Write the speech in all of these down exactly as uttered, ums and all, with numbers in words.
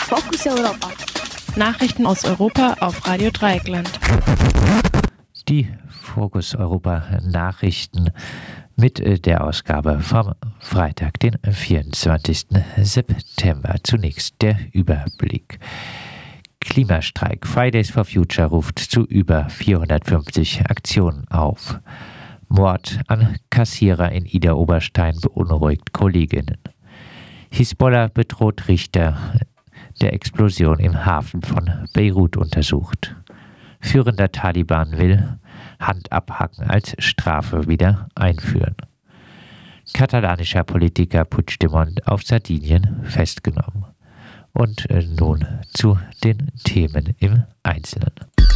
Fokus Europa. Nachrichten aus Europa auf Radio Dreieckland. Die Fokus Europa Nachrichten mit der Ausgabe vom Freitag, den vierundzwanzigsten September. Zunächst der Überblick. Klimastreik. Fridays for Future ruft zu über vierhundertfünfzig Aktionen auf. Mord an Kassierer in Idar-Oberstein beunruhigt Kolleginnen. Hisbollah bedroht Richter der Explosion im Hafen von Beirut untersucht. Führender Taliban will Handabhacken als Strafe wieder einführen. Katalanischer Politiker Puigdemont auf Sardinien festgenommen. Und nun zu den Themen im Einzelnen.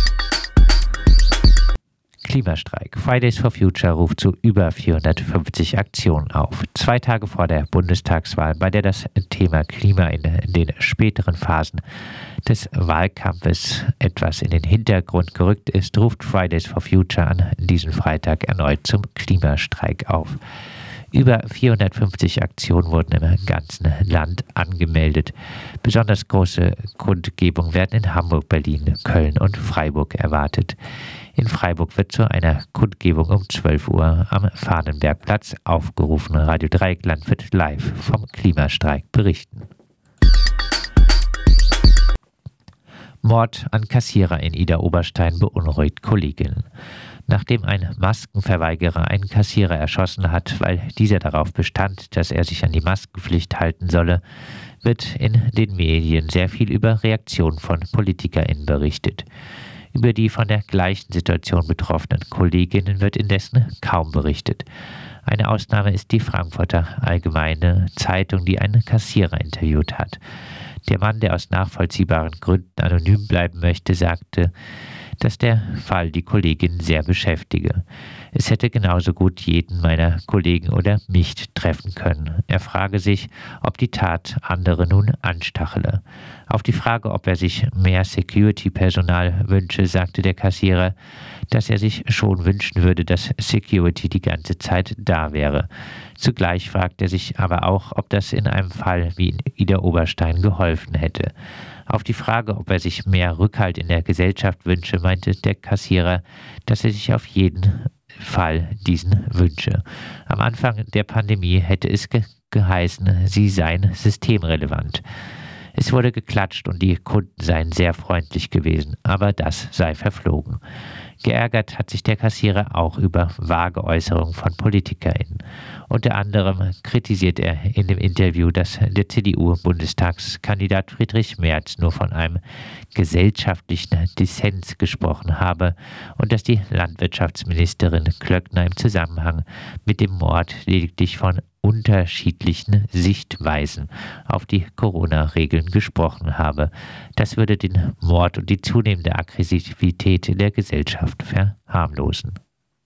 Klimastreik. Fridays for Future ruft zu über vierhundertfünfzig Aktionen auf. Zwei Tage vor der Bundestagswahl, bei der das Thema Klima in den späteren Phasen des Wahlkampfes etwas in den Hintergrund gerückt ist, ruft Fridays for Future an diesem Freitag erneut zum Klimastreik auf. Über vierhundertfünfzig Aktionen wurden im ganzen Land angemeldet. Besonders große Kundgebungen werden in Hamburg, Berlin, Köln und Freiburg erwartet. In Freiburg wird zu einer Kundgebung um zwölf Uhr am Fahnenbergplatz aufgerufen. Radio Dreieckland wird live vom Klimastreik berichten. Mord an Kassierer in Idar-Oberstein beunruhigt Kolleginnen. Nachdem ein Maskenverweigerer einen Kassierer erschossen hat, weil dieser darauf bestand, dass er sich an die Maskenpflicht halten solle, wird in den Medien sehr viel über Reaktionen von PolitikerInnen berichtet. Über die von der gleichen Situation betroffenen Kolleginnen wird indessen kaum berichtet. Eine Ausnahme ist die Frankfurter Allgemeine Zeitung, die einen Kassierer interviewt hat. Der Mann, der aus nachvollziehbaren Gründen anonym bleiben möchte, sagte, dass der Fall die Kollegin sehr beschäftige. Es hätte genauso gut jeden meiner Kollegen oder mich treffen können. Er frage sich, ob die Tat andere nun anstachele. Auf die Frage, ob er sich mehr Security-Personal wünsche, sagte der Kassierer, dass er sich schon wünschen würde, dass Security die ganze Zeit da wäre. Zugleich fragt er sich aber auch, ob das in einem Fall wie in Idar-Oberstein geholfen hätte. Auf die Frage, ob er sich mehr Rückhalt in der Gesellschaft wünsche, meinte der Kassierer, dass er sich auf jeden Fall diesen wünsche. Am Anfang der Pandemie hätte es ge- geheißen, sie seien systemrelevant. Es wurde geklatscht und die Kunden seien sehr freundlich gewesen, aber das sei verflogen. Geärgert hat sich der Kassierer auch über vage Äußerungen von PolitikerInnen. Unter anderem kritisiert er in dem Interview, dass der C D U-Bundestagskandidat Friedrich Merz nur von einem gesellschaftlichen Dissens gesprochen habe und dass die Landwirtschaftsministerin Klöckner im Zusammenhang mit dem Mord lediglich von unterschiedlichen Sichtweisen auf die Corona-Regeln gesprochen habe. Das würde den Mord und die zunehmende Aggressivität in der Gesellschaft verharmlosen.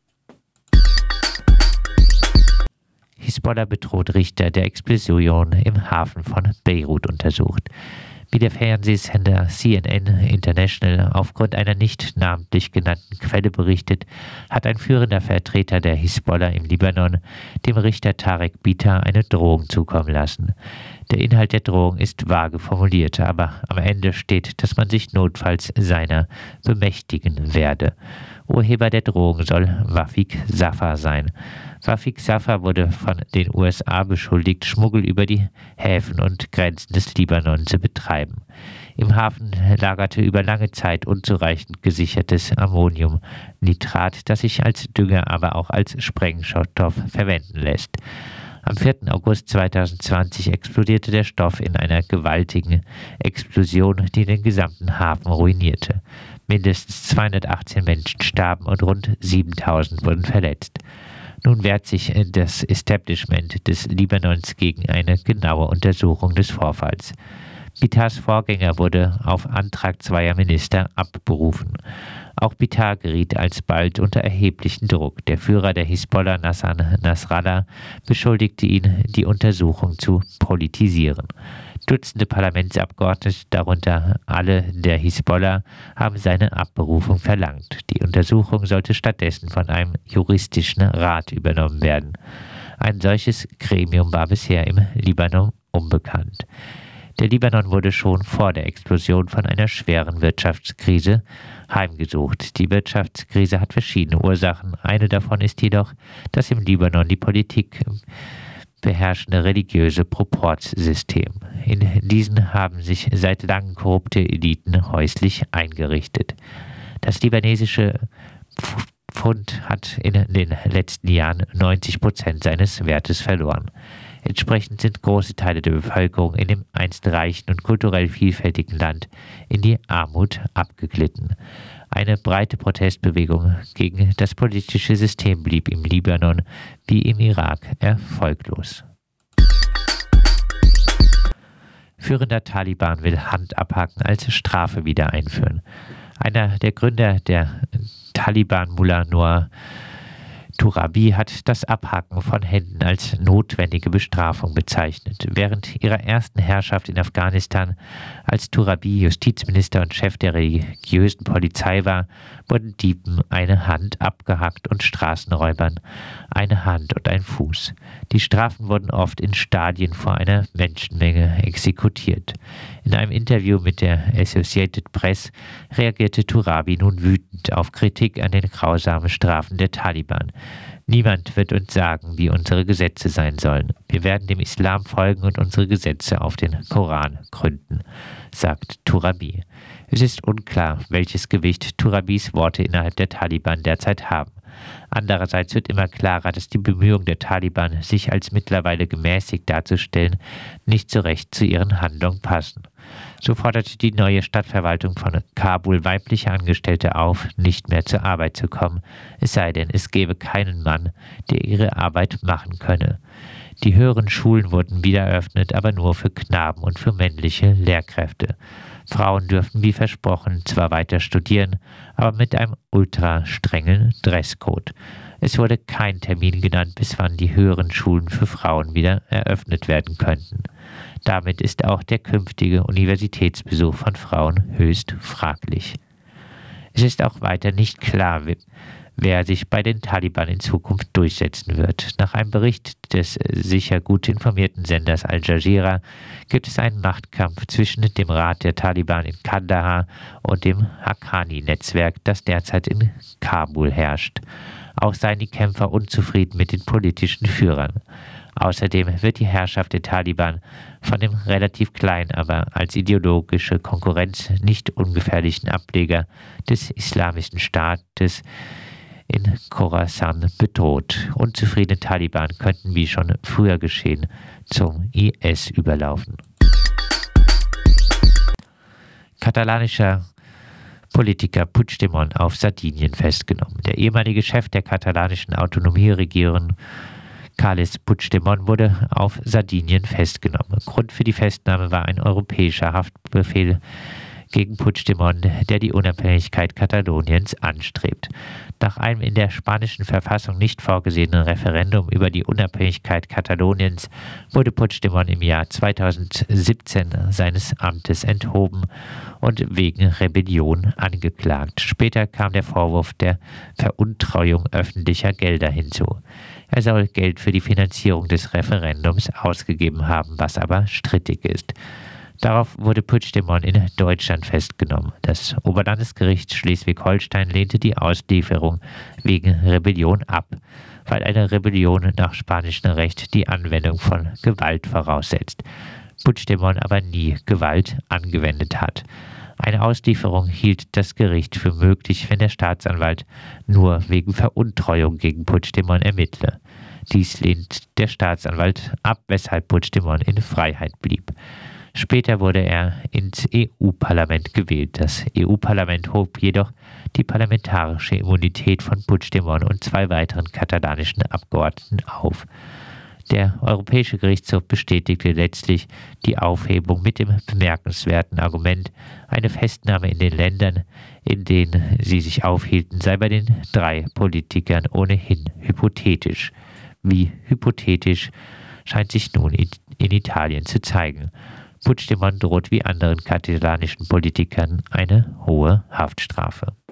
Hisbollah bedroht Richter der Explosion im Hafen von Beirut untersucht. Wie der Fernsehsender C N N International aufgrund einer nicht namentlich genannten Quelle berichtet, hat ein führender Vertreter der Hisbollah im Libanon dem Richter Tarek Bita eine Drohung zukommen lassen. Der Inhalt der Drohung ist vage formuliert, aber am Ende steht, dass man sich notfalls seiner bemächtigen werde. Urheber der Drohung soll Wafik Safar sein. Wafik Safar wurde von den U S A beschuldigt, Schmuggel über die Häfen und Grenzen des Libanon zu betreiben. Im Hafen lagerte über lange Zeit unzureichend gesichertes Ammoniumnitrat, das sich als Dünger, aber auch als Sprengstoff verwenden lässt. Am vierten August zweitausendzwanzig explodierte der Stoff in einer gewaltigen Explosion, die den gesamten Hafen ruinierte. Mindestens zweihundertachtzehn Menschen starben und rund siebentausend wurden verletzt. Nun wehrt sich das Establishment des Libanons gegen eine genaue Untersuchung des Vorfalls. Bitas Vorgänger wurde auf Antrag zweier Minister abberufen. Auch Bitar geriet alsbald unter erheblichen Druck. Der Führer der Hisbollah, Nassan Nasrallah, beschuldigte ihn, die Untersuchung zu politisieren. Dutzende Parlamentsabgeordnete, darunter alle der Hisbollah, haben seine Abberufung verlangt. Die Untersuchung sollte stattdessen von einem juristischen Rat übernommen werden. Ein solches Gremium war bisher im Libanon unbekannt. Der Libanon wurde schon vor der Explosion von einer schweren Wirtschaftskrise heimgesucht. Die Wirtschaftskrise hat verschiedene Ursachen. Eine davon ist jedoch das im Libanon die Politik beherrschende religiöse Proportsystem. In diesen haben sich seit langem korrupte Eliten häuslich eingerichtet. Das libanesische Pfund hat in den letzten Jahren neunzig Prozent seines Wertes verloren. Entsprechend sind große Teile der Bevölkerung in dem einst reichen und kulturell vielfältigen Land in die Armut abgeglitten. Eine breite Protestbewegung gegen das politische System blieb im Libanon wie im Irak erfolglos. Führender Taliban will Handabhaken als Strafe wieder einführen. Einer der Gründer der Taliban, Mullah Noor Turabi, hat das Abhaken von Händen als notwendige Bestrafung bezeichnet. Während ihrer ersten Herrschaft in Afghanistan, als Turabi Justizminister und Chef der religiösen Polizei war, wurden Dieben eine Hand abgehackt und Straßenräubern eine Hand und ein Fuß. Die Strafen wurden oft in Stadien vor einer Menschenmenge exekutiert. In einem Interview mit der Associated Press reagierte Turabi nun wütend auf Kritik an den grausamen Strafen der Taliban. Niemand wird uns sagen, wie unsere Gesetze sein sollen. Wir werden dem Islam folgen und unsere Gesetze auf den Koran gründen, sagt Turabi. Es ist unklar, welches Gewicht Turabis Worte innerhalb der Taliban derzeit haben. Andererseits wird immer klarer, dass die Bemühungen der Taliban, sich als mittlerweile gemäßigt darzustellen, nicht so recht zu ihren Handlungen passen. So forderte die neue Stadtverwaltung von Kabul weibliche Angestellte auf, nicht mehr zur Arbeit zu kommen, es sei denn, es gäbe keinen Mann, der ihre Arbeit machen könne. Die höheren Schulen wurden wieder eröffnet, aber nur für Knaben und für männliche Lehrkräfte. Frauen dürften wie versprochen zwar weiter studieren, aber mit einem ultra strengen Dresscode. Es wurde kein Termin genannt, bis wann die höheren Schulen für Frauen wieder eröffnet werden könnten. Damit ist auch der künftige Universitätsbesuch von Frauen höchst fraglich. Es ist auch weiter nicht klar, wer sich bei den Taliban in Zukunft durchsetzen wird. Nach einem Bericht des sicher gut informierten Senders Al Jazeera gibt es einen Machtkampf zwischen dem Rat der Taliban in Kandahar und dem Haqqani-Netzwerk, das derzeit in Kabul herrscht. Auch seien die Kämpfer unzufrieden mit den politischen Führern. Außerdem wird die Herrschaft der Taliban von dem relativ kleinen, aber als ideologische Konkurrenz nicht ungefährlichen Ableger des Islamischen Staates in Khorasan bedroht. Unzufriedene Taliban könnten, wie schon früher geschehen, zum I S überlaufen. Katalanischer Politiker Puigdemont auf Sardinien festgenommen. Der ehemalige Chef der katalanischen Autonomieregierung Carles Puigdemont wurde auf Sardinien festgenommen. Grund für die Festnahme war ein europäischer Haftbefehl gegen Puigdemont, der die Unabhängigkeit Kataloniens anstrebt. Nach einem in der spanischen Verfassung nicht vorgesehenen Referendum über die Unabhängigkeit Kataloniens wurde Puigdemont im Jahr zweitausendsiebzehn seines Amtes enthoben und wegen Rebellion angeklagt. Später kam der Vorwurf der Veruntreuung öffentlicher Gelder hinzu. Er soll Geld für die Finanzierung des Referendums ausgegeben haben, was aber strittig ist. Darauf wurde Puigdemont in Deutschland festgenommen. Das Oberlandesgericht Schleswig-Holstein lehnte die Auslieferung wegen Rebellion ab, weil eine Rebellion nach spanischem Recht die Anwendung von Gewalt voraussetzt. Puigdemont aber nie Gewalt angewendet hat. Eine Auslieferung hielt das Gericht für möglich, wenn der Staatsanwalt nur wegen Veruntreuung gegen Puigdemont ermittle. Dies lehnt der Staatsanwalt ab, weshalb Puigdemont in Freiheit blieb. Später wurde er ins E U-Parlament gewählt. Das E U-Parlament hob jedoch die parlamentarische Immunität von Puigdemont und zwei weiteren katalanischen Abgeordneten auf. Der Europäische Gerichtshof bestätigte letztlich die Aufhebung mit dem bemerkenswerten Argument, eine Festnahme in den Ländern, in denen sie sich aufhielten, sei bei den drei Politikern ohnehin hypothetisch. Wie hypothetisch scheint sich nun in Italien zu zeigen. Puigdemont droht wie anderen katalanischen Politikern eine hohe Haftstrafe.